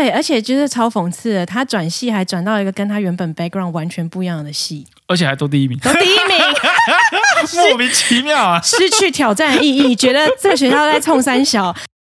对，而且就是超讽刺的，他转系还转到一个跟他原本 background 完全不一样的系， 而且还都第一名， 都第一名， 莫名其妙啊！ 失去挑战的意义，觉得这个学校在冲三小。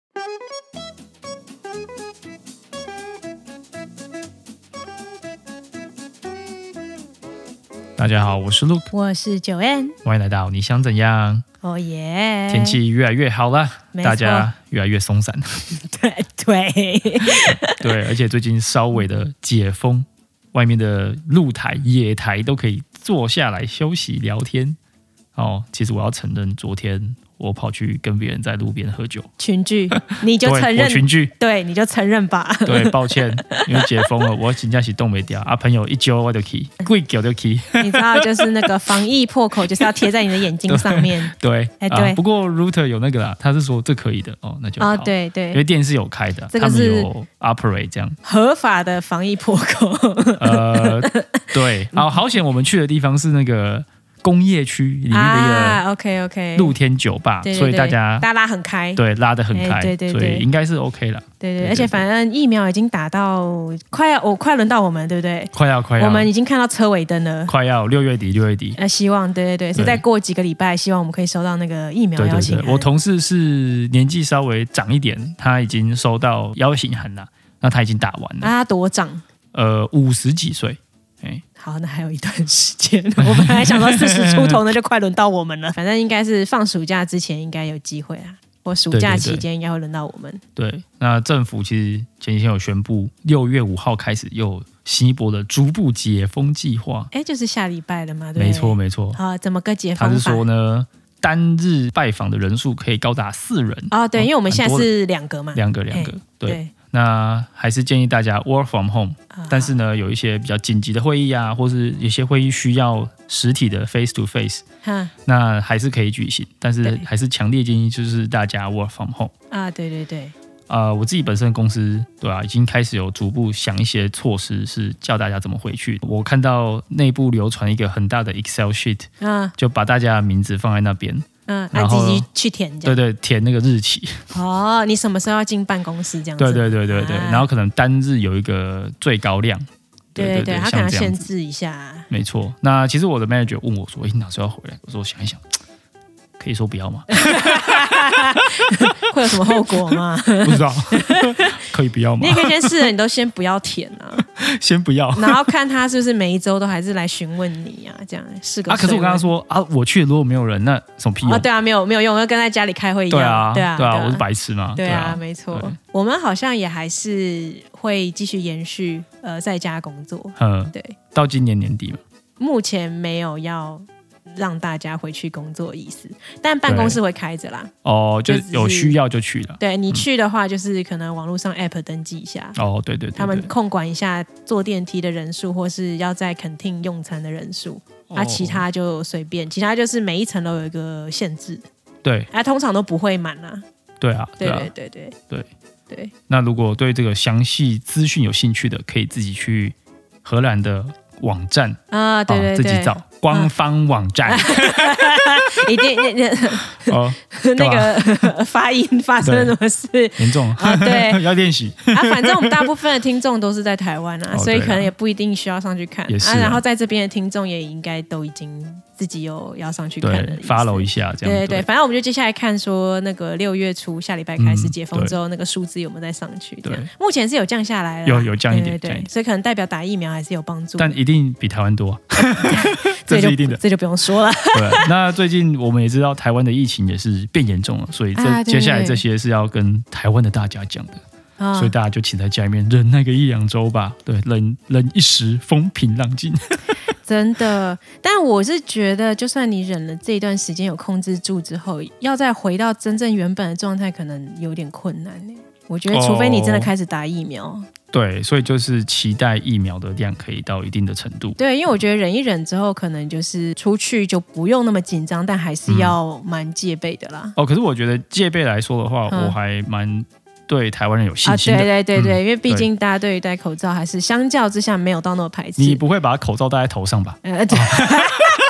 大家好，我是 Luke， 我是9N， 欢迎来到你想怎样？ 哦耶！ 天气越来越好了，大家越来越松散。 对对，而且最近稍微的解封，外面的露台、野台都可以坐下来休息聊天。哦，其实我要承认，昨天我跑去跟别人在路边喝酒， 群聚，你就承认我群聚， 对，你就承认吧。 对，抱歉，因为解封了，我真的是动不掉啊，朋友一揪我就去，跪脚就去。 你知道，就是那个防疫破口，就是要贴在你的眼睛上面。 对， 对。 不过 Router 有那个啦，他是说这可以的哦，那就好。 对对， 因为店是有开的， 这个是他们有 operate 这样合法的防疫破口。 对，好险，我们去的地方是那个工业区里面的一个 OK 露天酒吧， 对所以大家拉很开， 对，拉得很开， 对， 所以应该是 OK 了。 对，而且反正疫苗已经打到快轮到我们，对不对？ 快要， 我们已经看到车尾灯了， 快要6月底。 希望对，所以再过几个礼拜，希望我们可以收到那个疫苗邀请函。 对，我同事是年纪稍微长一点，他已经收到邀请函了，那他已经打完了。 他多长 ？50几岁。 好，那还有一段时间。我本来想说40出头，那就快轮到我们了。反正应该是放暑假之前应该有机会啊，或暑假期间应该会轮到我们。 对，那政府其实前几天有宣布，6月5号开始又新一波的逐步解封计划。 就是下礼拜了嘛，对不对？ 没错。 好，怎么个解封法？ 他是说呢，单日拜访的人数可以高达4人。 对，因为我们现在是2个嘛， 两个，对。那还是建议大家 work from home，但是呢，有一些比较紧急的会议啊，或是有些会议需要实体的 face to face， 那还是可以举行，但是还是强烈建议就是大家 work from home。 对。 我自己本身的公司已经开始有逐步想一些措施，是叫大家怎么回去。我看到内部流传一个很大的 Excel sheet，就把大家的名字放在那边。 然后自己去填这样。 对，填那个日期。 你什么时候要进办公室这样子？ 对，然后可能单日有一个最高量。对， 他可能要限制一下。 没错。那其实我的 manager 问我说：“哪时候要回来？”我说：“想一想，可以说不要吗？” 会有什么后果吗？ 不知道，可以不要吗？ 你也可以先试着，你都先不要填啊， 先不要， 然后看他是不是每一周都还是来询问你啊，这样是个。 可是我刚刚说我去了，如果没有人，那什么屁用？ 对，没有用，跟在家里开会一样。对啊， 我是白痴嘛。 对啊，没错。我们好像也还是会继续延续在家工作。对， 到今年年底嘛。 目前没有要让大家回去工作的意思，但办公室会开着啦。 就有需要就去了。 对，你去的话，就是可能网络上 app 登记一下。 对， 他们控管一下坐电梯的人数，或是要在canteen用餐的人数。其他就随便，其他就是每一层都有一个限制。 对， 通常都不会满啊。 对啊， 对。 那如果对这个详细资讯有兴趣的，可以自己去荷兰的网站对， 自己找官方网站。 一定那个发音发生了什么事严重对， 要练习反正我们大部分的听众都是在台湾所以可能也不一定需要上去看然后在这边的听众也应该都已经自己有要上去看的 follow 一下这样。 对，反正我们就接下来看说那个6月初下礼拜开始解封之后，那个数字有没有再上去。对，目前是有降下来了， 有降一点。 对，所以可能代表打疫苗还是有帮助， 但一定比台湾多这是一定的， 这就不用说了。 对，那最近我们也知道台湾的疫情也是变严重了，所以接下来这些是要跟台湾的大家讲的。所以大家就请在家里面忍那个1-2周吧。对，忍一时风平浪静。 真的，但我是觉得，就算你忍了这一段时间有控制住之后，要再回到真正原本的状态，可能有点困难。我觉得，除非你真的开始打疫苗。 对，所以就是期待疫苗的量可以到一定的程度。 对，因为我觉得忍一忍之后，可能就是出去就不用那么紧张，但还是要蛮戒备的啦。 可是我觉得戒备来说的话，我还蛮对台湾人有信心的。 对，因为毕竟大家对于戴口罩还是相较之下没有到那么排斥。 你不会把口罩戴在头上吧？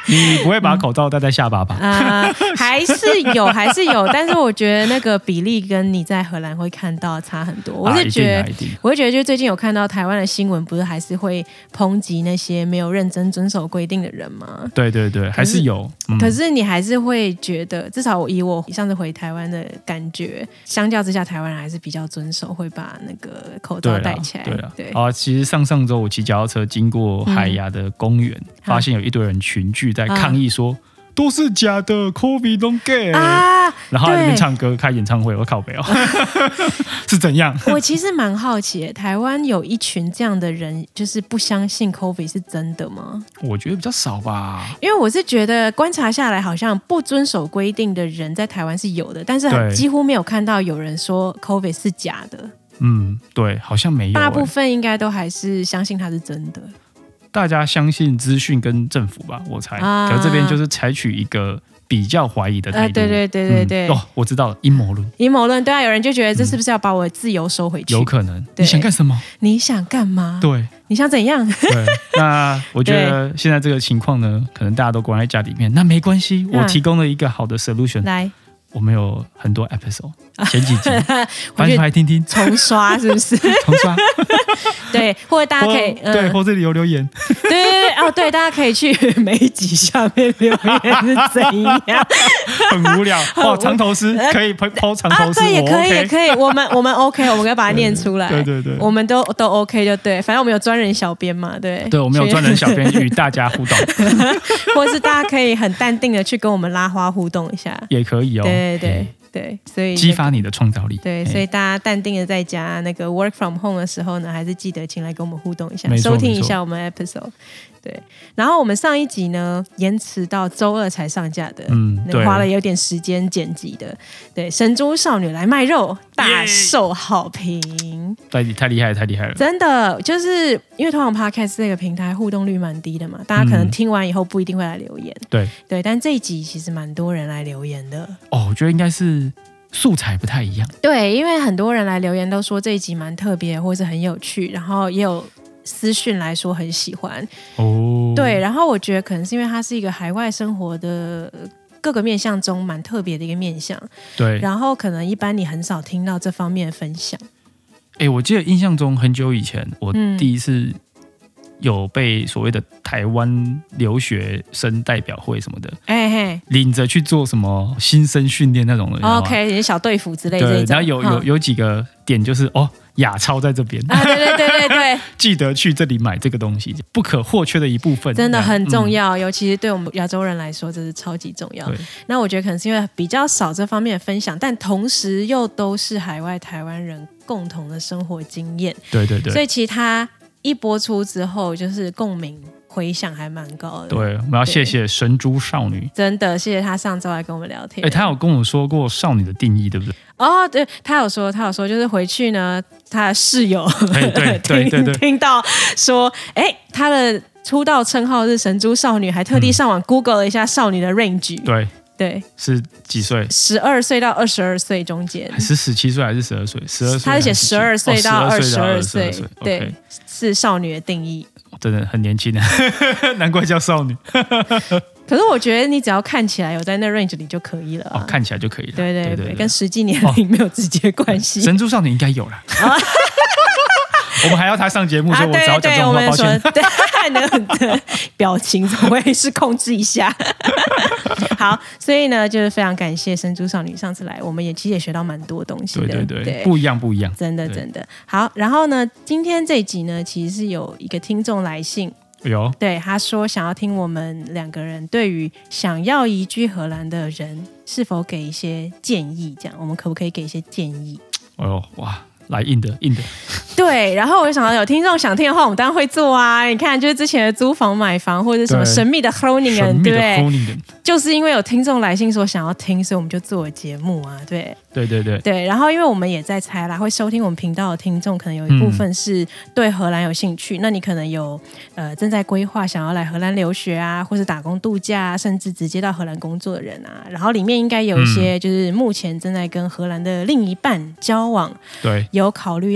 你不会把口罩戴在下巴吧？ 还是有，但是我觉得那个比例跟你在荷兰会看到差很多。我是觉得，我会觉得，就最近有看到台湾的新闻，不是还是会抨击那些没有认真遵守规定的人吗？ 对对对，还是有。 可是你还是会觉得，至少以我上次回台湾的感觉，相较之下，台湾人还是比较遵守，会把那个口罩戴起来。 对啊，其实上周我骑脚踏车经过海牙的公园，发现有一堆人群聚在抗议说。都是假的 ，COVID don't get 然后在那边唱歌、开演唱会，我靠北哦，是怎样？ 我其实蛮好奇，台湾有一群这样的人，就是不相信 COVID 是真的吗？ 我觉得比较少吧， 因为我是觉得观察下来，好像不遵守规定的人在台湾是有的，但是几乎没有看到有人说 COVID 是假的。 对，好像没有。 大部分应该都还是相信它是真的。 大家相信资讯跟政府吧，我猜。可是这边就是采取一个比较怀疑的态度。 对。 我知道了，阴谋论。 对啊，有人就觉得这是不是要把我的自由收回去？ 有可能。你想干什么？ 你想干嘛？ 对， 你想怎样？ 对。那我觉得现在这个情况呢，可能大家都关在家里面，那没关系，我提供了一个好的 solution。 来。 我们有很多 episode， 前几集翻出来听听， 重刷是不是？ 重刷， 对，或者大家可以对，或者留言， 对，大家可以去每一集下面留言是怎样， 很无聊哇，长头诗可以抛长头诗， 对，也可以，我们 OK， 我们可以把它念出来， 对， 我们都 OK 就对，反正我们有专人小编嘛，对， 我们有专人小编与大家互动， 或是大家可以很淡定的去跟我们拉花互动一下， 也可以哦。 对，所以激发你的创造力。 对，所以大家淡定的在家那个 work from home 的时候呢，还是记得请来跟我们互动一下，收听一下我们 episode。对，然后我们上一集呢延迟到周二才上架的，花了有点时间剪辑的。对，神猪少女来卖肉，大受好评。 对，太厉害了！ 真的，就是因为通常 podcast 这个平台互动率蛮低的嘛，大家可能听完以后不一定会来留言。对，但这一集其实蛮多人来留言的。 我觉得应该是素材不太一样。 对，因为很多人来留言都说这一集蛮特别，或是很有趣，然后也有私讯来说很喜欢。对，然后我觉得可能是因为它是一个海外生活的各个面向中蛮特别的一个面向。对，然后可能一般你很少听到这方面的分享。 我记得印象中很久以前，我第一次有被所谓的台湾留学生代表会什么的，领着去做什么新生训练那种的。 OK， 小队服之类的。对， 然后有几个点就是亚超在这边对， 记得去这里买这个东西，不可或缺的一部分， 真的很重要。尤其是对我们亚洲人来说，这是超级重要。那我觉得可能是因为比较少这方面的分享，但同时又都是海外台湾人共同的生活经验。对，所以其实它一播出之后，就是共鸣回响还蛮高的。 对，我们要谢谢神猪少女， 真的谢谢她上周来跟我们聊天。 她有跟我说过少女的定义，对不对？ 对，她有说，就是回去呢，她的室友对听到说，她的出道称号是神猪少女，还特地上网 Google 了一下少女的 range。对， 是几岁 ？12岁到22岁中间， 是17岁还是12岁？12岁， 他是写12岁到22岁，对，是少女的定义。 真的很年轻，难怪叫少女。 可是我觉得你只要看起来有在那 range 里就可以了看起来就可以了。 对，跟实际年龄没有直接关系。 神猪少女应该有了。我们还要他上节目，所以我只好讲这种话，抱歉。 对，表情总会是控制一下。好，所以呢，就是非常感谢神猪少女上次来，我们其实也学到蛮多东西的。 对，不一样， 真的。好，然后呢，今天这一集呢，其实是有一个听众来信。对，他说想要听我们两个人对于想要移居荷兰的人是否给一些建议，这样我们可不可以给一些建议？ 哇，来硬的。 对，然后我就想到有听众想听的话，我们当然会做啊。你看，就是之前的租房、买房，或者什么神秘的 Groningen， 对不对？就是因为有听众来信说想要听，所以我们就做了节目啊。对。然后，因为我们也在猜啦，会收听我们频道的听众，可能有一部分是对荷兰有兴趣。那你可能有正在规划想要来荷兰留学啊，或是打工度假啊，甚至直接到荷兰工作的人啊。然后里面应该有一些就是目前正在跟荷兰的另一半交往，对，有考虑要移居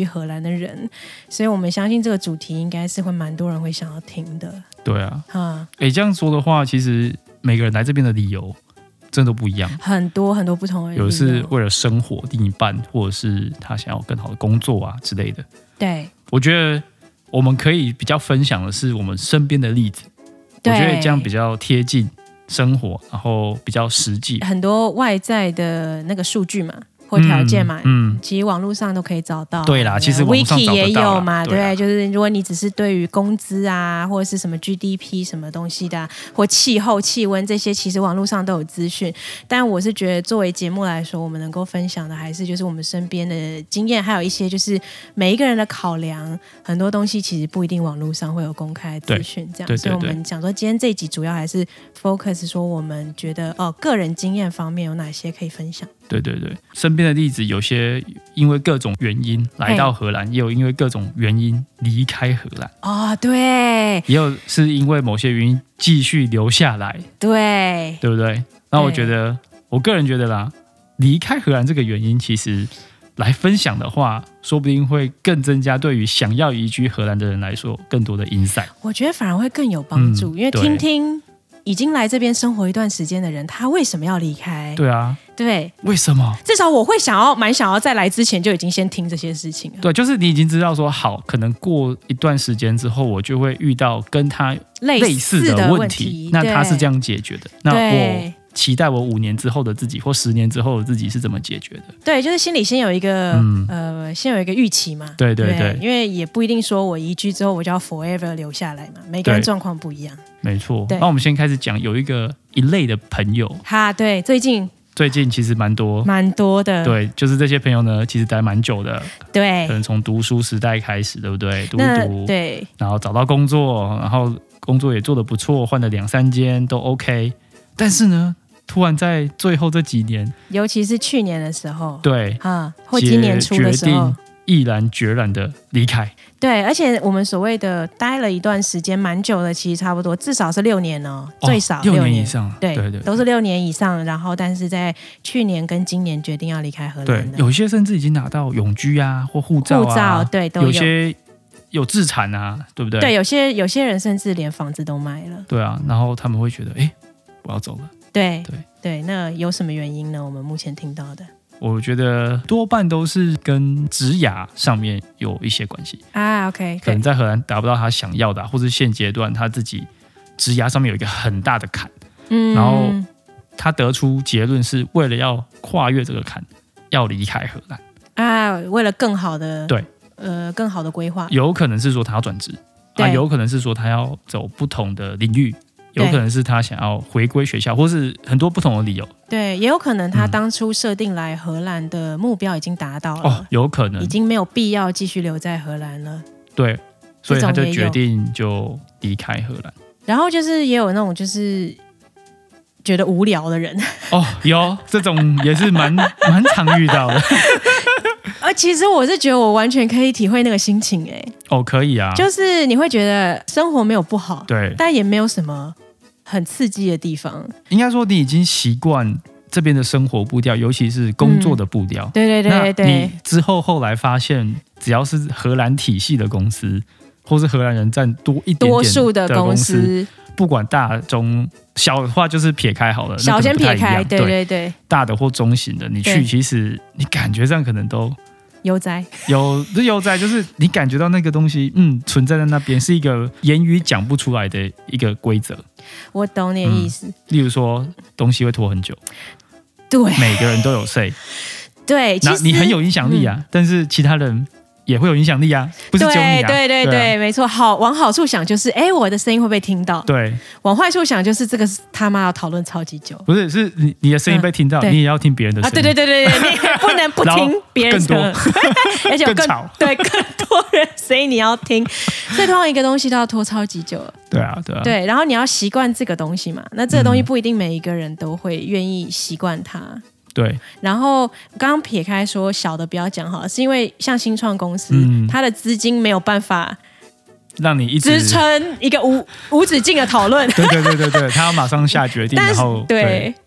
居荷兰的人，所以我们相信这个主题应该是会蛮多人会想要听的。 对啊，这样说的话，其实每个人来这边的理由真的都不一样， 很多很多不同的理由， 有的是为了生活另一半，或者是他想要更好的工作啊之类的。 对， 我觉得我们可以比较分享的是我们身边的例子，我觉得这样比较贴近生活，然后比较实际。 很多外在的那个数据嘛，或条件嘛，其实网络上都可以找到。 对啦，其实网络上找得到啦 Wiki 也有嘛， 对， 就是如果你只是对于工资啊，或者是什么 GDP 什么东西的、或气候、气温这些，其实网络上都有资讯。但我是觉得，作为节目来说，我们能够分享的还是就是我们身边的经验，还有一些就是每一个人的考量。很多东西其实不一定网络上会有公开资讯，这样。 对， 所以我们讲说，今天这一集主要还是 focus 说，我们觉得个人经验方面有哪些可以分享。 对，身边的例子有些因为各种原因来到荷兰，也有因为各种原因离开荷兰。 对， 也有是因为某些原因继续留下来。对不对？那我觉得，我个人觉得啦，离开荷兰这个原因，其实来分享的话，说不定会更增加对于想要移居荷兰的人来说更多的 insight。 我觉得反而会更有帮助，因为听听已经来这边生活一段时间的人，他为什么要离开？ 对啊， 对， 为什么？ 至少我会蛮想要在来之前就已经先听这些事情了。 对，就是你已经知道说，好，可能过一段时间之后，我就会遇到跟他类似的问题，那他是这样解决的，那我期待我5年之后的自己或10年之后的自己是怎么解决的。对， 就是心里先有一个先有一个预期嘛。对，因为也不一定说我移居之后我就要 forever 留下来嘛，每个人状况不一样。 没错。那我们先开始讲有一类的朋友。 对，最近其实蛮多的。 对，就是这些朋友呢，其实待蛮久的。 对， 可能从读书时代开始，对不对？读， 对， 然后找到工作，然后工作也做得不错，换了2-3间都 OK。但是呢，突然在最后这几年， 尤其是去年的时候， 对， 或今年初的时候， 决定毅然决然的离开。 对，而且我们所谓的待了一段时间，蛮久的，其实差不多至少是6年哦，最少 6年以上。对， 都是6年以上。然后，但是在去年跟今年决定要离开荷兰的。 对，有些甚至已经拿到永居啊，或护照啊， 对，都有。 有些有自产啊，对不对？ 对，有些人甚至连房子都卖了。 对啊，然后他们会觉得，我要走了。 对，那有什么原因呢？我们目前听到的， 我觉得多半都是跟职涯上面有一些关系 OK， 可能在荷兰达不到他想要的，或是现阶段他自己职涯上面有一个很大的坎，然后他得出结论是为了要跨越这个坎，要离开荷兰为了更好的更好的规划， 有可能是说他要转职有可能是说他要走不同的领域。有可能是他想要回归学校，或是很多不同的理由。对， 也有可能他当初设定来荷兰的目标已经达到了， 有可能已经没有必要继续留在荷兰了。 对，所以他就决定就离开荷兰。 然后就是也有那种就是觉得无聊的人有这种也是蛮常遇到的。 其实我是觉得我完全可以体会那个心情可以啊， 就是你会觉得生活没有不好， 对， 但也没有什么很刺激的地方。 应该说你已经习惯这边的生活步调，尤其是工作的步调。 对， 你之后来发现，只要是荷兰体系的公司，或是荷兰人占多一点点多数的公司， 不管大中小的话，就是撇开好了， 小先撇开，对， 大的或中型的，你去其实你感觉上可能都悠哉， 悠哉，就是你感觉到那个东西，存在在那边，是一个言语讲不出来的一个规则。 我懂你的意思。 例如说，东西会拖很久， 对， 每个人都有 say， 对， 那你很有影响力啊，但是其他人也会有影响力啊，不是只有你啊。 对，没错。往好处想就是，我的声音会被听到。 对。 往坏处想就是这个他妈要讨论超级久。 不是，是你的声音被听到，你也要听别人的声音。 对，你也不能不听别人的声音，而且更吵。 对，更多人声音你要听，所以通常一个东西都要拖超级久了。 对啊。 对，然后你要习惯这个东西嘛，那这个东西不一定每一个人都会愿意习惯它。 对， 然后刚刚撇开说小的不要讲好了，是因为像新创公司，它的资金没有办法让你一直支撑一个无止境的讨论。 对，他要马上下决定，然后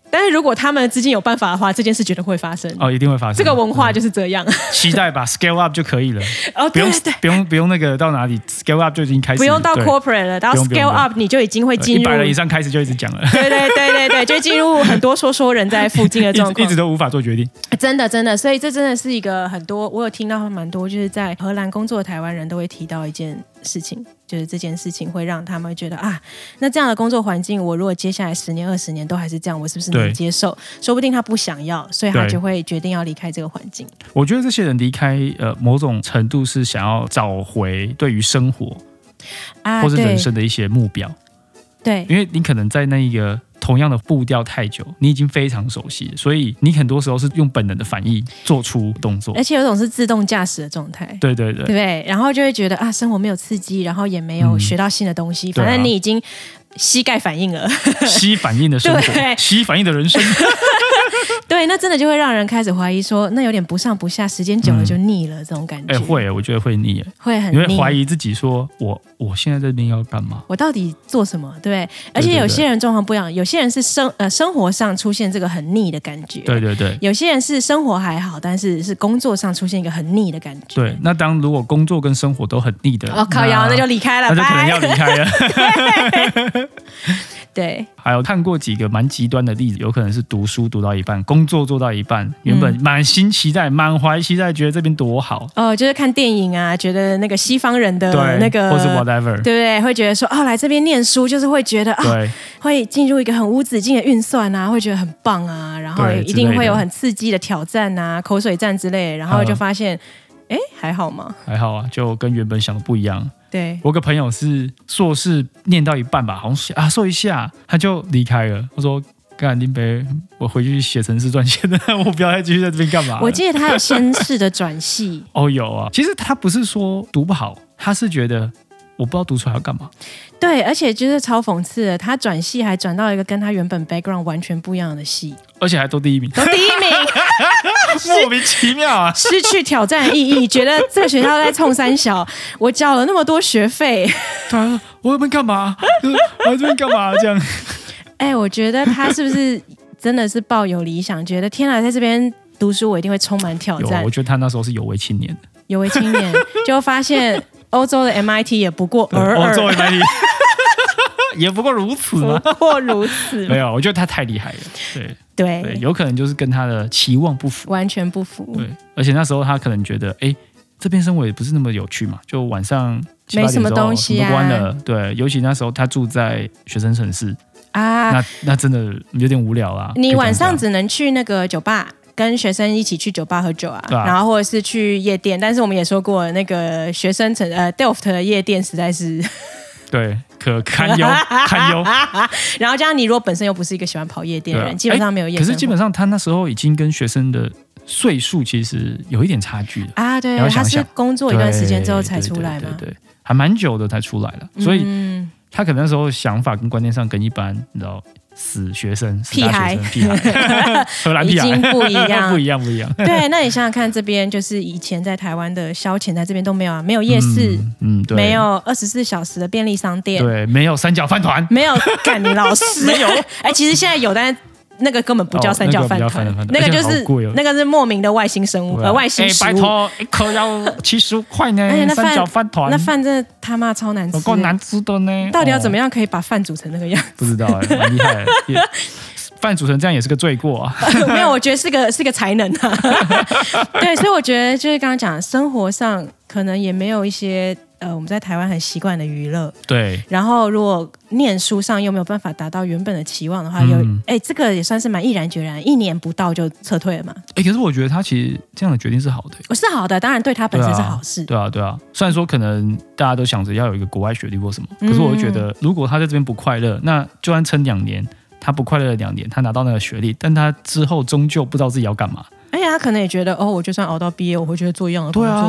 但是如果他们的资金有办法的话，这件事绝对会发生。 一定会发生。 这个文化就是这样， 期待吧 ，scale up 就可以了。不用那个到哪里 scale up 就已经开始， 不用到 corporate 了，到 scale up 你就已经会进入 100人以上开始就一直讲了。 对，就进入很多说人在附近的状况， 一直都无法做决定。 真的，所以这真的是一个很多我有听到蛮多，就是在荷兰工作的台湾人都会提到一件事情，就是这件事情会让他们觉得那这样的工作环境，我如果接下来10年20年都还是这样，我是不是能接受？说不定他不想要，所以他就会决定要离开这个环境。 我觉得这些人离开某种程度是想要找回对于生活或是人生的一些目标。 对， 因为你可能在那一个同样的步调太久，你已经非常熟悉了，所以你很多时候是用本能的反应做出动作， 而且有种是自动驾驶的状态。对，然后就会觉得生活没有刺激，然后也没有学到新的东西，反正你已经膝盖反应了， 膝反应的生活，膝反应的人生。 对，那真的就会让人开始怀疑说，那有点不上不下，时间久了就腻了，这种感觉。 我觉得会腻， 会很腻， 你会怀疑自己说，我现在这边要干嘛？ 我到底做什么？对，而且有些人状况不一样，有些人是生活上出现这个很腻的感觉， 对， 有些人是生活还好，但是是工作上出现一个很腻的感觉。 对，那如果工作跟生活都很腻的， 靠腰，那就离开了， 那就可能要离开了。 对， 还有看过几个蛮极端的例子，有可能是读书读到一半，工作做到一半，原本满心期待、满怀期待，觉得这边多好就是看电影啊，觉得那个西方人的那个， 或是 whatever， 对不对？会觉得说来这边念书就是会觉得会进入一个很无止境的运算啊，会觉得很棒啊，然后一定会有很刺激的挑战啊、口水战之类的，然后就发现还好吗？还好啊，就跟原本想的不一样。 对， 我有个朋友是硕士念到一半吧，好像说一下他就离开了。他说：“干林北，我回去写程式赚钱的，我不要再继续在这边干嘛。” 我记得他有先试的转系。 有啊。其实他不是说读不好，他是觉得我不知道读出来要干嘛。 对，而且就是超讽刺的，他转系还转到一个跟他原本 background 完全不一样的系， 而且还都第一名，莫名其妙啊！ 失去挑战意义，觉得这个学校在冲三小，我交了那么多学费， 我这边干嘛？我这边干嘛？这样。 我觉得他是不是真的是抱有理想，觉得天啊，在这边读书我一定会充满挑战。 我觉得他那时候是有为青年的， 有为青年就发现欧洲的 MIT 也不过欧洲 MIT 也不过如此吗？没有，我觉得他太厉害了。对，有可能就是跟他的期望不符， 完全不符。 对，而且那时候他可能觉得，这边生活也不是那么有趣嘛，就晚上7-8点没什么东西都关了。对，尤其那时候他住在学生城市那真的有点无聊啦。 你晚上只能去那个酒吧，跟学生一起去酒吧喝酒然后或者是去夜店。但是我们也说过，那个学生Delft 的夜店实在是对堪忧。 然后加上你如果本身又不是一个喜欢跑夜店的人，基本上没有夜生活。 可是基本上他那时候已经跟学生的岁数其实有一点差距了对，他是工作一段时间之后才出来嘛， 对，还蛮久的才出来了，所以他可能那时候想法跟观念上跟一般你知道死学生、 屁孩荷兰屁孩已经不一样， 不一样。 对，那你想想看，这边就是以前在台湾的消遣，在这边都没有没有夜市， 对， 没有24小时的便利商店， 对，没有三角饭团， 没有干你老师没有。 其实现在有，但是那个根本不叫三角饭团，那个就是那个是莫名的外星生物，外星食物。 拜托，一颗要75块呢，三角饭团， 那饭真的他妈超难吃， 够难吃的呢。 到底要怎么样可以把饭煮成那个样子？ 不知道蛮厉害的。饭煮成这样也是个罪过啊！ 没有，我觉得是个才能啊。对，所以我觉得就是刚刚讲，生活上可能也没有一些我们在台湾很习惯的娱乐。对。然后如果念书上又没有办法达到原本的期望的话，这个也算是蛮毅然决然，1年不到就撤退了嘛。 可是我觉得他其实这样的决定是好的。 是好的，当然对他本身是好事。 对啊。虽然说可能大家都想着要有一个国外学历或什么，可是我就觉得如果他在这边不快乐，那就算撑2年。他不快乐了2年，他拿到那个学历，但他之后终究不知道自己要干嘛。 他可能也觉得我就算熬到毕业，我会觉得做一样的工作。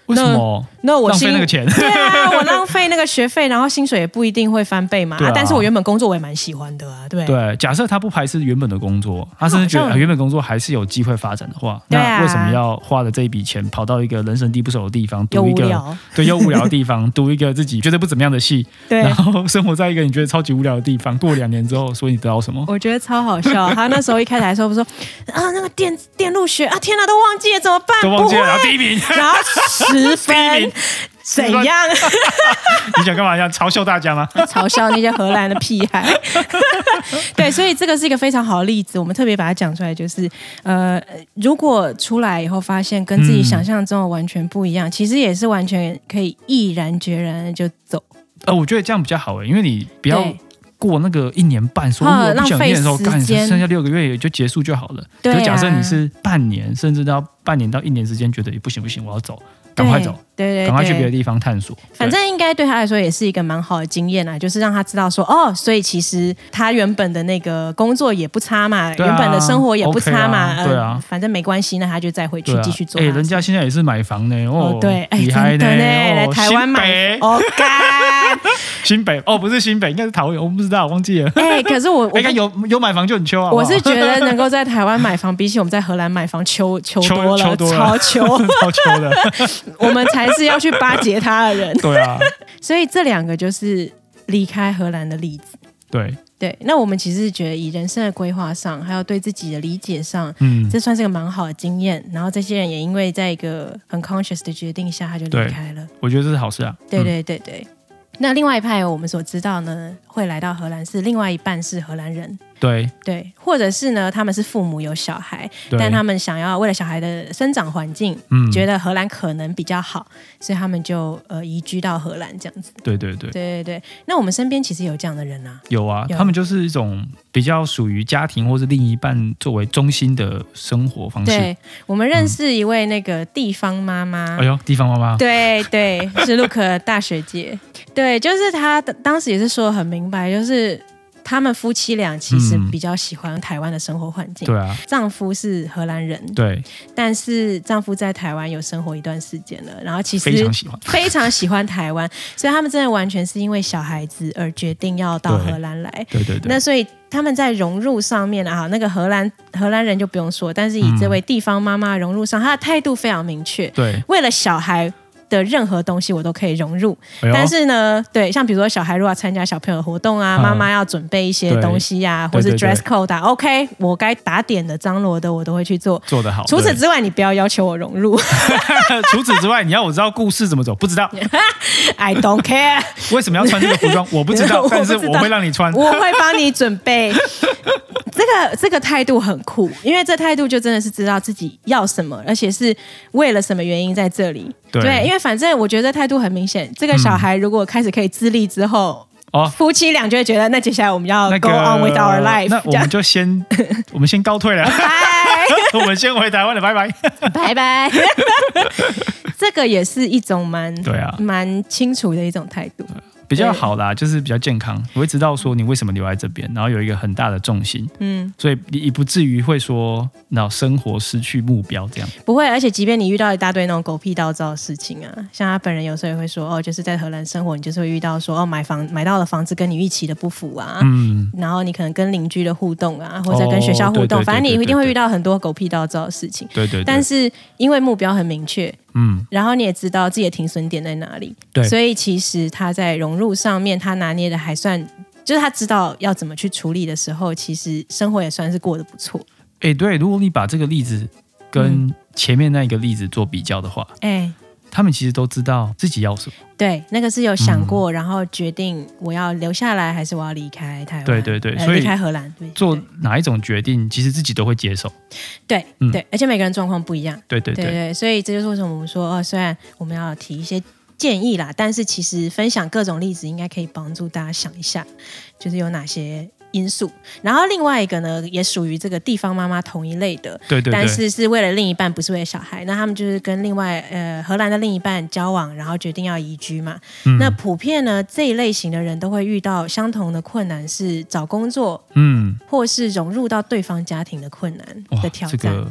为什么？ 那我浪费那个钱？ 对啊，我浪费那个学费，然后薪水也不一定会翻倍嘛。但是我原本工作我也蛮喜欢的啊，对。 对，假设他不排斥原本的工作，他甚至觉得原本工作还是有机会发展的话，那为什么要花了这一笔钱跑到一个人生地不熟的地方，读一个又无聊的地方，读一个自己觉得不怎么样的系，然后生活在一个你觉得超级无聊的地方，过2年之后说你得到什么？ 我觉得超好笑。他那时候一开始还说那个电路学啊，天哪，都忘记了怎么办？ 都忘记了，然后第1名， 然后10分。怎样？ 你想干嘛？想嘲笑大家吗？ 嘲笑那些荷兰的屁孩。对，所以这个是一个非常好的例子，我们特别把它讲出来，就是如果出来以后发现跟自己想象中的完全不一样，其实也是完全可以毅然决然的就走。 我觉得这样比较好因为你不要过那个1年半，说我不想念的时候干，剩下6个月也就结束就好了。 对啊， 可假设你是半年，甚至到半年到1年之间，觉得不行，我要走。赶快走，对，赶快去别的地方探索。 反正应该对他来说也是一个蛮好的经验啊，就是让他知道说，所以其实他原本的那个工作也不差嘛，原本的生活也不差嘛， 对啊， 反正没关系，那他就再回去继续做。 人家现在也是买房呢， 对， 厉害呢， 来台湾买， 新北不是新北，应该是桃园，我不知道，忘记了。 可是我有买房就很秋啊。 我是觉得能够在台湾买房，比起我们在荷兰买房秋多了，超秋的。 我们才是要去巴结他的人。 对啊， 所以这2个就是离开荷兰的例子。对，那我们其实觉得以人生的规划上，还有对自己的理解上，这算是个蛮好的经验。然后这些人也因为在一个很 conscious 的决定下，他就离开了。 我觉得这是好事啊。 对。那另外一派我们所知道呢，会来到荷兰是另外一半是荷兰人。对，或者是呢，他们是父母有小孩，但他们想要为了小孩的生长环境，觉得荷兰可能比较好，所以他们就移居到荷兰这样子。对。那我们身边其实有这样的人啊， 有啊，他们就是一种比较属于家庭或是另一半作为中心的生活方式。 对，我们认识一位那个地方妈妈， 地方妈妈， 对，是 Luke 大学姐，对，就是她当时也是说得很明白，就是他们夫妻俩其实比较喜欢台湾的生活环境。 对啊， 丈夫是荷兰人， 对， 但是丈夫在台湾有生活一段时间了，然后其实非常喜欢台湾，所以他们真的完全是因为小孩子而决定要到荷兰来。 对。 那所以他们在融入上面啊，那个荷兰人就不用说，但是以这位地方妈妈融入上，她的态度非常明确。 对， 为了小孩的任何东西我都可以融入，但是呢，对，像比如说小孩如果要参加小朋友的活动啊，妈妈要准备一些东西啊，或是 dress code 啊，OK， 我该打点的、张罗的我都会去做得好。 除此之外，你不要要求我融入。 除此之外，你要我知道故事怎么走，不知道。 I don't care。 为什么要穿这个服装？我不知道，但是我会让你穿， 我会帮你准备。这个态度很酷，因为这态度就真的是知道自己要什么，而且是为了什么原因在这里。对，因为反正我觉得态度很明显。这个小孩如果开始可以自立之后，夫妻俩就会觉得，那接下来我们要 go on with our life。 那我们就我们先告退了，我们先回台湾了，拜拜， 拜拜。这个也是一种蛮清楚的一种态度。 比较好啦，就是比较健康，我会知道说你为什么留在这边，然后有一个很大的重心，所以你不至于会说生活失去目标这样。 不会，而且即便你遇到一大堆那种狗屁倒灶的事情啊，像他本人有时候也会说，就是在荷兰生活，你就是会遇到说买到的房子跟你预期的不符啊，然后你可能跟邻居的互动啊，或者跟学校互动，反正你一定会遇到很多狗屁倒灶的事情。 对。 但是因为目标很明确。然后你也知道自己的停损点在哪里，所以其实他在融入上面，他拿捏的还算，就是他知道要怎么去处理的时候，其实生活也算是过得不错。 对，如果你把这个例子跟前面那个例子做比较的话，他们其实都知道自己要什么。 对，那个是有想过，然后决定我要留下来还是我要离开台湾。 对，所以离开荷兰， 做哪一种决定，其实自己都会接受。 对，而且每个人状况不一样。 对， 所以这就是为什么我们说，虽然我们要提一些建议啦，但是其实分享各种例子，应该可以帮助大家想一下，就是有哪些因素。然后另外一个呢，也属于这个地方妈妈同一类的， 对， 但是是为了另一半，不是为了小孩。那他们就是跟另外荷兰的另一半交往，然后决定要移居嘛。那普遍呢，这一类型的人都会遇到相同的困难，是找工作，或是融入到对方家庭的困难的挑战。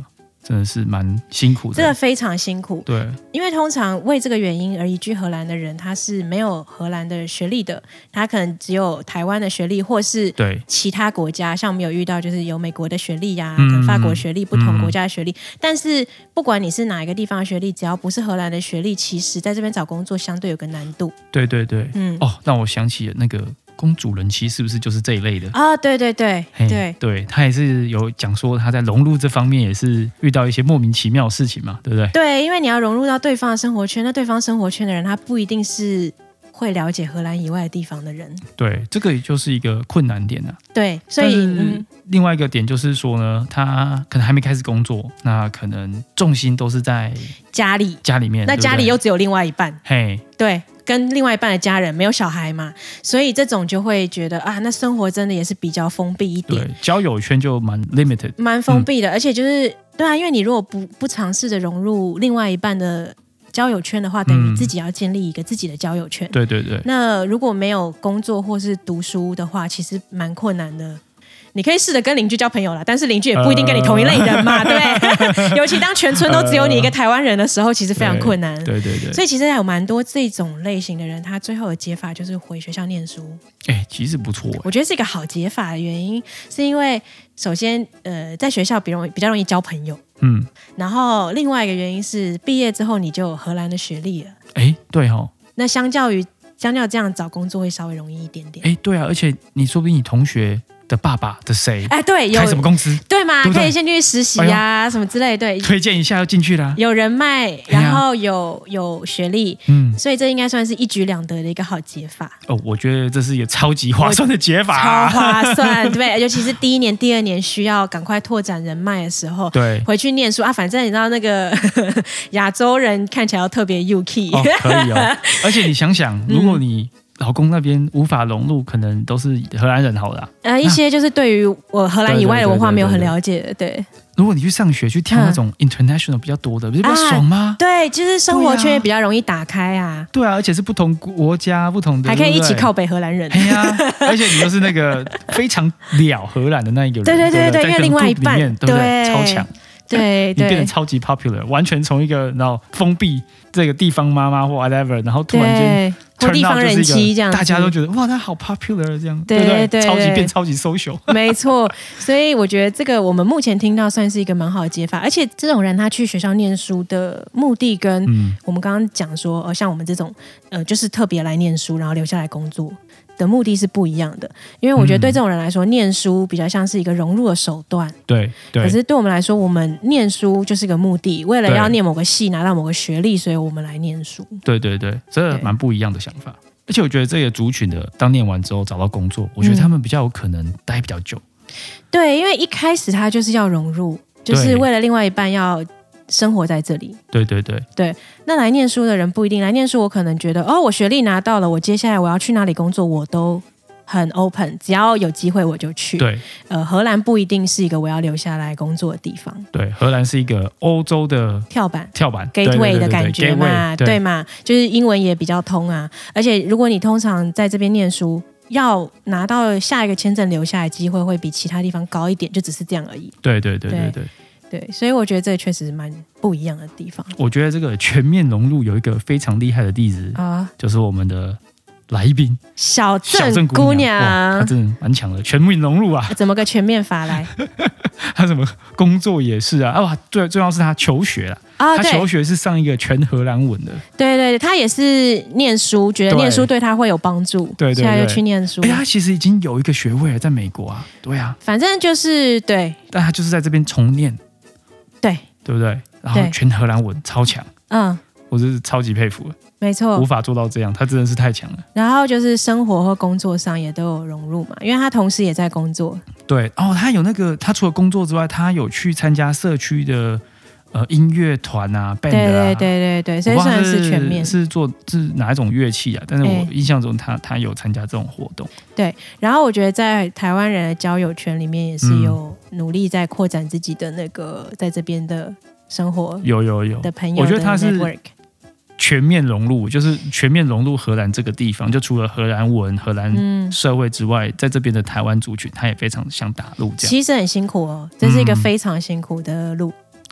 真的是蛮辛苦的， 这个非常辛苦。 对， 因为通常为这个原因而移居荷兰的人，他是没有荷兰的学历的，他可能只有台湾的学历，或是其他国家，像我们有遇到就是有美国的学历呀、可能法国学历，不同国家的学历。但是不管你是哪一个地方的学历，只要不是荷兰的学历，其实在这边找工作相对有个难度。 对对对，让我想起了那个公主人妻是不是就是这一类的啊？对对对对，他也是有讲说他在融入这方面也是遇到一些莫名其妙的事情嘛，对不对？ 对，因为你要融入到对方的生活圈，那对方生活圈的人他不一定是会了解荷兰以外的地方的人。对， 这个也就是一个困难点啊。 对，所以另外一个点就是说呢，他可能还没开始工作，那可能重心都是在家里面， 那家里又只有另外一半，对。跟另外一半的家人没有小孩嘛，所以这种就会觉得啊，那生活真的也是比较封闭一点， 对，交友圈就蛮 limited， 蛮封闭的，而且就是对啊，因为你如果不尝试着融入另外一半的交友圈的话，等于你自己要建立一个自己的交友圈， 对对对。 那如果没有工作或是读书的话，其实蛮困难的。你可以试着跟邻居交朋友啦，但是邻居也不一定跟你同一类人嘛，对不对？尤其当全村都只有你一个台湾人的时候，其实非常困难。 对对对。 所以其实有蛮多这种类型的人，他最后的解法就是回学校念书。 其实不错。 我觉得是一个好解法的原因，是因为首先在学校比较容易交朋友，然后另外一个原因是毕业之后你就有荷兰的学历了。 对哦。 那相较这样找工作会稍微容易一点点。 对啊，而且你说不定你同学的爸爸的谁？ 对，有开什么公司？ 对嘛， 对对， 可以先去实习啊，什么之类，对， 推荐一下就进去了， 有人脉，然后有学历，所以这应该算是一举两得的一个好解法。 我觉得这是一个超级划算的解法， 超划算，对，尤其是第一年、第二年需要赶快拓展人脉的时候， 对， 回去念书啊，反正你知道那个亚洲人看起来要特别 UK， 可以哦，而且你想想，如果你老公那边无法融入，可能都是荷兰人好了。一些就是对于我荷兰以外的文化没有很了解的，对。 如果你去上学去挑那种 international 比较多的，不是比较爽吗？ 对，就是生活圈也比较容易打开啊。 对啊，而且是不同国家、不同的， 还可以一起靠北荷兰人。 而且你又是那个非常了荷兰的那一个人， 对，因为另外一半对不对？超强。 对， 你变得超级 popular， 完全从一个然后封闭这个地方妈妈或 whatever， 然后突然间或地方人妻这样， 大家都觉得哇，他好 popular 这样， 对不对？ 变超级 social， 没错。所以我觉得这个我们目前听到算是一个蛮好的解法，而且这种人他去学校念书的目的跟我们刚刚讲说，像我们这种就是特别来念书，然后留下来工作的目的是不一样的，因为我觉得对这种人来说，念书比较像是一个融入的手段。 对。 可是对我们来说，我们念书就是一个目的，为了要念某个系拿到某个学历，所以我们来念书。 对，这蛮不一样的想法。而且我觉得这个族群的，当念完之后找到工作，我觉得他们比较有可能待比较久。 对，因为一开始他就是要融入，就是为了另外一半要生活在这里。对，那来念书的人不一定来念书，我可能觉得我学历拿到了，我接下来我要去哪里工作，我都很 open， 只要有机会我就去。 对， 荷兰不一定是一个我要留下来工作的地方。 对，荷兰是一个欧洲的跳板 gateway 的感觉嘛，对嘛，就是英文也比较通啊。而且如果你通常在这边念书，要拿到下一个签证留下来机会会比其他地方高一点，就只是这样而已。对，所以我觉得这确实蛮不一样的地方。 我觉得这个全面融入有一个非常厉害的例子就是我们的来宾小镇姑娘， 她真的蛮强的，全面融入啊！ 怎么个全面法来？ 她什么工作也是啊，最重要是她求学啦。她求学是上一个全荷兰文的。对， 她也是念书，觉得念书对她会有帮助， 对， 现在就去念书。 她其实已经有一个学位了，在美国啊，对啊， 反正就是对， 但她就是在这边重念，对不对？然后全荷兰文超强，我是超级佩服的。 没错， 无法做到这样，他真的是太强了。 然后就是生活和工作上也都有融入嘛，因为他同时也在工作。 对，他有那个，他除了工作之外，他有去参加社区的音乐团啊 ，band 啊， 对，所以算是全面。 是哪一种乐器啊？但是我印象中他有参加这种活动。 对，然后我觉得在台湾人的交友圈里面也是有努力在扩展自己的那个在这边的生活，有的朋友， 我觉得他是全面融入，就是全面融入荷兰这个地方，就除了荷兰文、荷兰社会之外，在这边的台湾族群，他也非常想打入这样。 其实很辛苦哦，这是一个非常辛苦的路。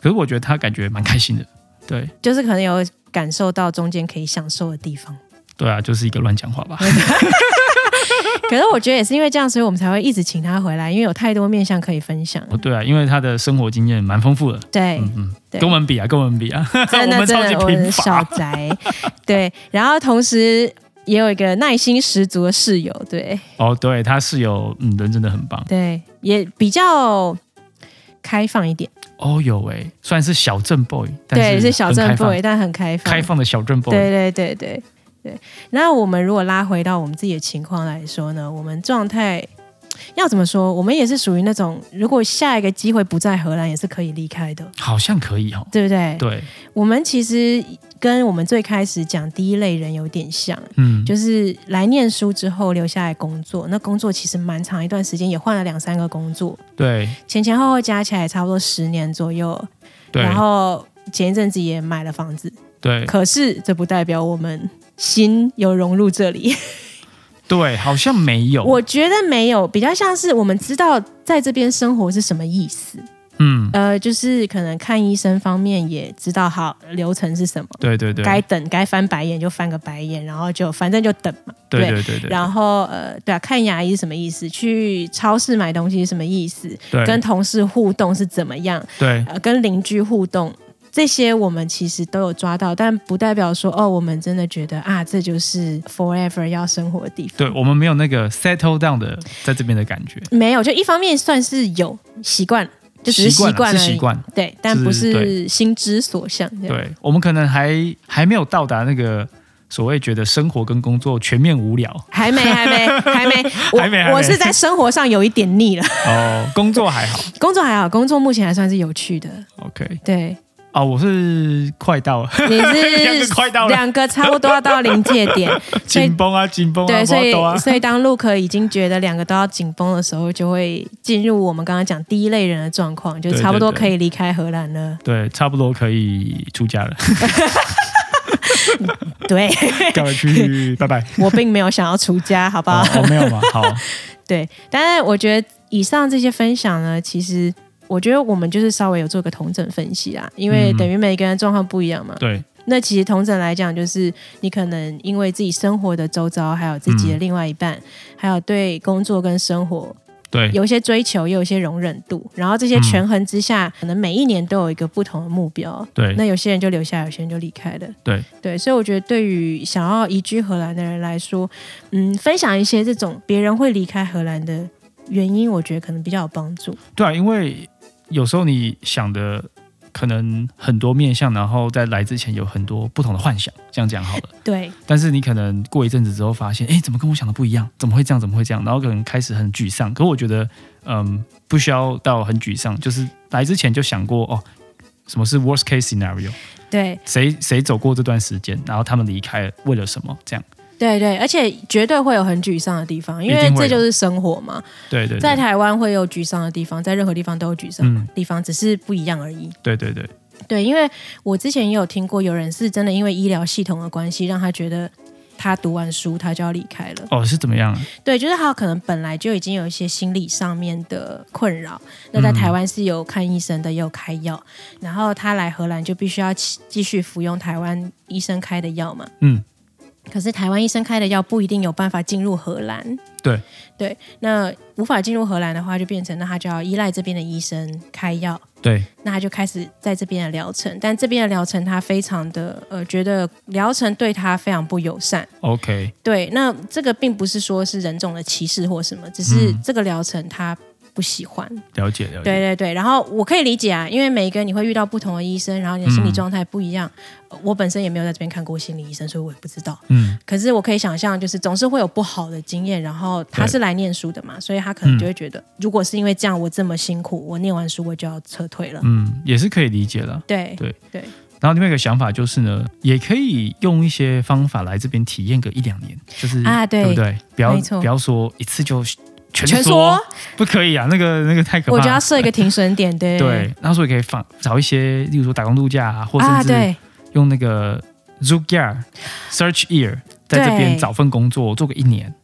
可是我觉得他感觉蛮开心的，对， 就是可能有感受到中间可以享受的地方。 对啊，就是一个乱讲话吧。 可是我觉得也是因为这样，所以我们才会一直请他回来，因为有太多面向可以分享。 对啊，因为他的生活经验蛮丰富的。 对， 跟我们比啊，跟我们比啊， 真的我们超级贫乏。 小宅，对，然后同时也有一个耐心十足的室友，对。 哦，对，他室友人真的很棒， 对，也比较开放一点。 哦，有诶，虽然是小镇 boy， 对，是小镇 boy， 但很开放， 开放的小镇 boy。 对。那我们如果拉回到我们自己的情况来说呢，我们状态要怎么说？我们也是属于那种，如果下一个机会不在荷兰，也是可以离开的， 好像可以哦， 对不对？ 对， 我们其实跟我们最开始讲第一类人有点像，就是来念书之后留下来工作，那工作其实蛮长一段时间，也换了2-3个工作， 对， 前后加起来差不多10年左右， 对， 然后前一阵子也买了房子， 对， 可是这不代表我们心有融入这里。 对，好像没有， 我觉得没有，比较像是我们知道在这边生活是什么意思。就是可能看医生方面也知道好流程是什么， 对， 该等该翻白眼就翻个白眼，然后就反正就等嘛， 对， 然后对啊，看牙医是什么意思，去超市买东西是什么意思，跟同事互动是怎么样， 对， 跟邻居互动。这些我们其实都有抓到，但不代表说我们真的觉得这就是 forever 要生活的地方。 对，我们没有那个 settle down 的在这边的感觉，没有，就一方面算是有习惯，就只是习惯而已，对，但不是心之所向。 对，我们可能还没有到达那个所谓觉得生活跟工作全面无聊，还没， 我是在生活上有一点腻了。 哦，工作还好， 工作目前还算是有趣的。 OK， 对。 我是快到了， 你是快到了，2个差不多要到临界点， 紧绷啊， 对，所以当陆可已经觉得2个都要紧绷的时候，就会进入我们刚刚讲第一类人的状况，就差不多可以离开荷兰了。 对，差不多可以出家了。 对， 赶快去，拜拜。 我并没有想要出家，好不好？ 没有吗？好。 对，但是我觉得以上这些分享呢，其实。我觉得我们就是稍微有做个统整分析啦，因为等于每个人状况不一样嘛。 对。 那其实统整来讲，就是你可能因为自己生活的周遭，还有自己的另外一半，还有对工作跟生活， 对， 有一些追求，也有一些容忍度，然后这些权衡之下，可能每一年都有一个不同的目标。 对。 那有些人就留下来，有些人就离开了。 对， 所以我觉得对于想要移居荷兰的人来说，分享一些这种别人会离开荷兰的原因，我觉得可能比较有帮助。 对啊，因为有时候你想的可能很多面向，然后在来之前有很多不同的幻想，这样讲好了。 对。但是你可能过一阵子之后发现，怎么跟我想的不一样？怎么会这样？然后可能开始很沮丧。可我觉得，不需要到很沮丧，就是来之前就想过什么是 worst case scenario？ 对，谁走过这段时间，然后他们离开了，为了什么？这样。对， 而且绝对会有很沮丧的地方，因为这就是生活嘛。 对， 在台湾会有沮丧的地方，在任何地方都有沮丧的地方，只是不一样而已。对，因为我之前也有听过，有人是真的因为医疗系统的关系，让他觉得他读完书他就要离开了。 是怎么样？ 对，就是他可能本来就已经有一些心理上面的困扰，那在台湾是有看医生的，也有开药，然后他来荷兰就必须要继续服用台湾医生开的药嘛。可是台湾医生开的药不一定有办法进入荷兰。对，那无法进入荷兰的话，就变成那他就要依赖这边的医生开药。 对， 那他就开始在这边的疗程，但这边的疗程他非常的觉得疗程对他非常不友善。 OK， 对，那这个并不是说是人种的歧视或什么，只是这个疗程他不喜欢。 了解。 对，然后我可以理解啊，因为每一个人你会遇到不同的医生，然后你的心理状态不一样。我本身也没有在这边看过心理医生，所以我也不知道。可是我可以想象，就是总是会有不好的经验，然后他是来念书的嘛，所以他可能就会觉得，如果是因为这样我这么辛苦，我念完书我就要撤退了。 也是可以理解的。 对。 然后另外一个想法就是呢，也可以用一些方法来这边体验个1-2年，就是对不对？不要说一次就全缩，不可以啊，那个太可怕了。 我就要设一个停损点，对。 然后所以可以找一些，例如说打工度假啊，或者甚至用那个 Zoogear Search Ear 在这边找份工作，做个1年，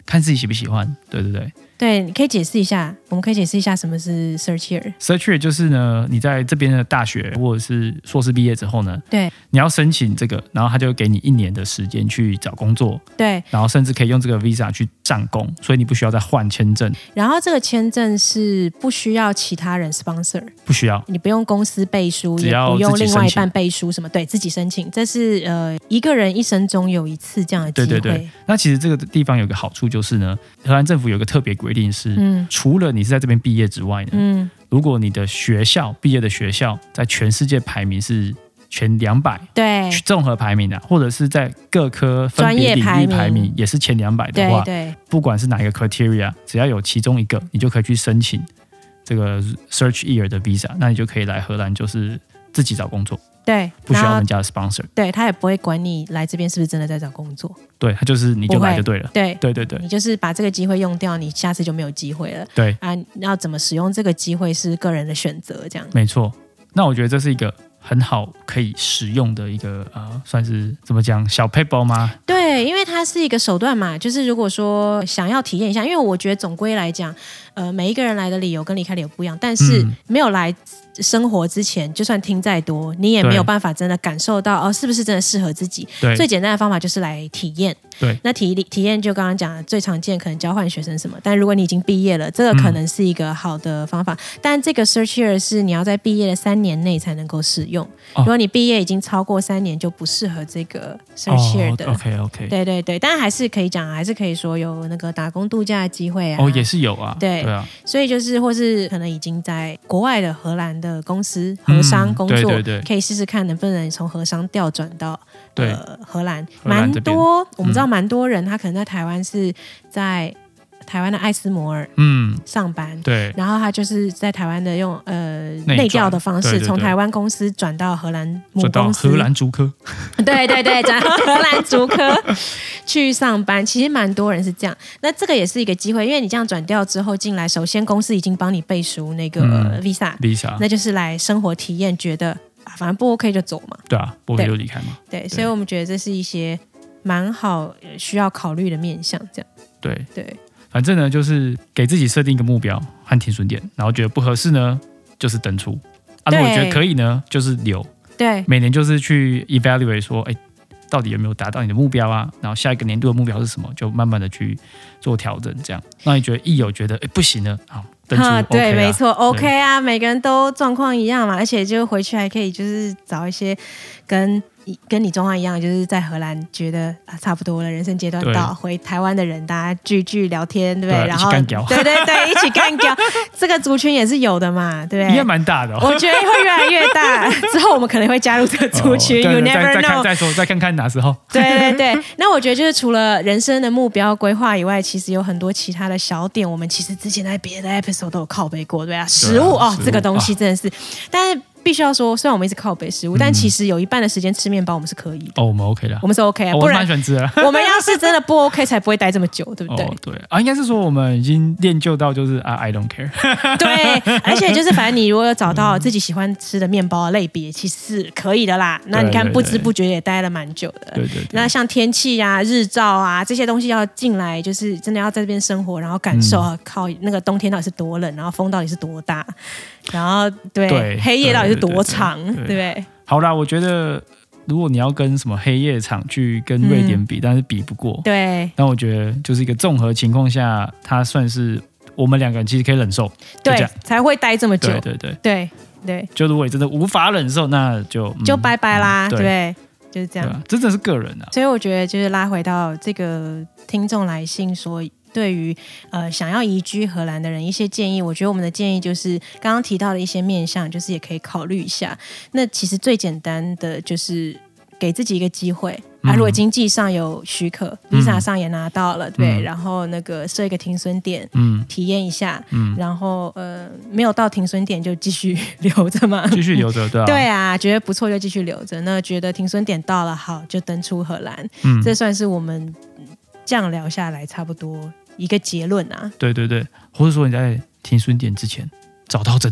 看自己喜不喜欢。对对对。 对，你可以解释一下，我们可以解释一下什么是 search year。search year 就是呢，你在这边的大学或者是硕士毕业之后呢， 对， 你要申请这个，然后他就给你1年的时间去找工作， 对， 然后甚至可以用这个 visa 去上工，所以你不需要再换签证。 然后这个签证是不需要其他人 sponsor， 不需要， 你不用公司背书，也不用另外一半背书什么，对自己申请，这是一个人一生中有一次这样的机会。 对对对。那其实这个地方有个好处就是呢，荷兰政府有个特别规定是，除了你是在这边毕业之外呢，如果你的学校毕业的学校在全世界排名是前200， 对， 综合排名啊，或者是在各科分别领域排名也是前200的话， 对， 不管是哪一个 criteria， 只要有其中一个，你就可以去申请这个 search year 的 visa， 那你就可以来荷兰，就是自己找工作。 对， 不需要人家的 sponsor， 对，他也不会管你来这边是不是真的在找工作， 对，他就是你就来就对了， 对对对对， 你就是把这个机会用掉，你下次就没有机会了， 对啊，要怎么使用这个机会是个人的选择，这样没错。那我觉得这是一个很好可以使用的一个算是怎么讲小 paper 吗？ 对，因为它是一个手段嘛，就是如果说想要体验一下，因为我觉得总归来讲，每一个人来的理由跟离开理由不一样，但是没有来生活之前，就算听再多，你也没有办法真的感受到是不是真的适合自己。最简单的方法就是来体验。 对， 那体验就刚刚讲的最常见，可能交换学生什么。但如果你已经毕业了，这个可能是一个好的方法。但这个 search year 是你要在毕业的3年内才能够使用。如果你毕业已经超过3年，就不适合这个 search year 的。 OK， 对对对，但还是可以讲，还是可以说有那个打工度假的机会啊。 也是有啊。 对啊， 所以就是或是可能已经在国外的荷兰的公司荷商工作， 对， 可以试试看能不能从荷商调转到荷兰。 蛮多我们知道蛮多人他可能在台湾是在台湾的艾斯摩尔上班， 对， 然后他就是在台湾的用内调的方式，从台湾公司转到荷兰母公司， 荷兰竹科， 对对对，转到荷兰竹科去上班，其实蛮多人是这样。那这个也是一个机会，因为你这样转调之后进来，首先公司已经帮你背书那个 visa， 那就是来生活体验，觉得反正不 OK 就走嘛， 对啊，不 OK 就离开嘛， 对，所以我们觉得这是一些蛮好需要考虑的面向，这样对。 反正呢，就是给自己设定一个目标和停损点，然后觉得不合适呢，就是登出如果觉得可以呢，就是留。 对， 每年就是去 evaluate 说，到底有没有达到你的目标啊？然后下一个年度的目标是什么？就慢慢的去做调整，这样。那你觉得有觉得不行了，好登出 OK 对，没错 ，OK 啊，每个人都状况一样嘛，而且就回去还可以就是找一些跟你状况一样，就是在荷兰觉得差不多了，人生阶段到，回台湾的人大家聚聊天，对不对？然后一起干掉， 对对对，一起干掉，这个族群也是有的嘛，对不对？ 应该蛮大的我觉得会越来越大。之后我们可能会加入这个族群，You never know。 再说，再看看哪时候。 对对对，那我觉得就是除了人生的目标规划以外，其实有很多其他的小点，我们其实之前在别的 episode 都有靠背过，对啊，食物这个东西真的是，但是。必须要说，虽然我们一直靠北食物，但其实有一半的时间吃面包，我们是可以的。 我们 OK 的， 我们是 OK 啊， 不然蛮喜欢吃的。 我们要是真的不 OK， 才不会待这么久，对不对？ 对应该是说我们已经练就到就是I don't care。 对，而且就是反正你如果有找到自己喜欢吃的面包的类别，其实是可以的啦。那你看不知不觉也待了蛮久的。 对。 那像天气啊、日照啊这些东西要进来，就是真的要在这边生活，然后感受靠那个冬天到底是多冷，然后风到底是多大。然后对黑夜到底是多长，对不对？ 好啦，我觉得如果你要跟什么黑夜场去跟瑞典比，但是比不过。 对。 但我觉得就是一个综合情况下，它算是我们2个人其实可以忍受， 对，才会待这么久。对。 就如果你真的无法忍受，那就拜拜啦，对，就是这样。 真的是个人啊。 所以我觉得就是拉回到这个听众来信说。对于想要移居荷兰的人一些建议，我觉得我们的建议就是刚刚提到的一些面向，就是也可以考虑一下。那其实最简单的就是给自己一个机会如果经济上有许可，visa 上也拿到了，对，然后那个设一个停损点，体验一下，然后没有到停损点就继续留着嘛， 继续留着，对啊， 对啊，觉得不错就继续留着。那觉得停损点到了，好就登出荷兰，这算是我们这样聊下来差不多一个结论啊。 对，或者说你在停损点之前找到真爱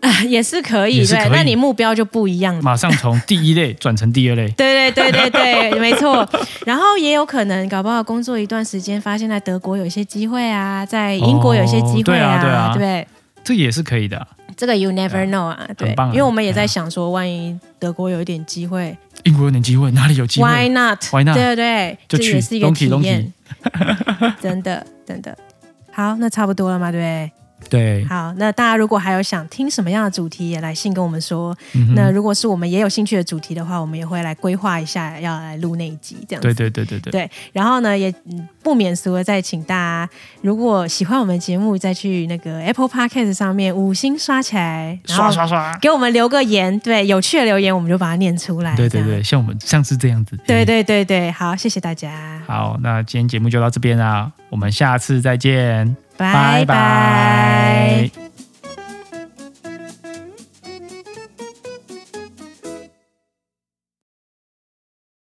也是可以，对，那你目标就不一样了， 马上从第一类转成第二类。 对对对对对，没错。然后也有可能搞不好工作一段时间，发现在德国有一些机会啊，在英国有一些机会啊，对不对？ 这也是可以的啊。 这个 you never know 啊，对，因为我们也在想说，万一德国有一点机会， 英国有点机会，哪里有机会 ？Why not？ Why not？ 对对对， 就去， 这也是一个体验，真的真的。好，那差不多了嘛，对不对？ 对， 好，那大家如果还有想听什么样的主题，也来信跟我们说。那如果是我们也有兴趣的主题的话，我们也会来规划一下，要来录那一集这样子。对。然后呢，也不免俗的再请大家，如果喜欢我们节目，再去那个 Apple Podcast 上面5星刷起来， 刷， 给我们留个言，对，有趣的留言我们就把它念出来。 对，像我们上次这样子。 对，好，谢谢大家。 好，那今天节目就到这边啦，我们下次再见， 拜拜。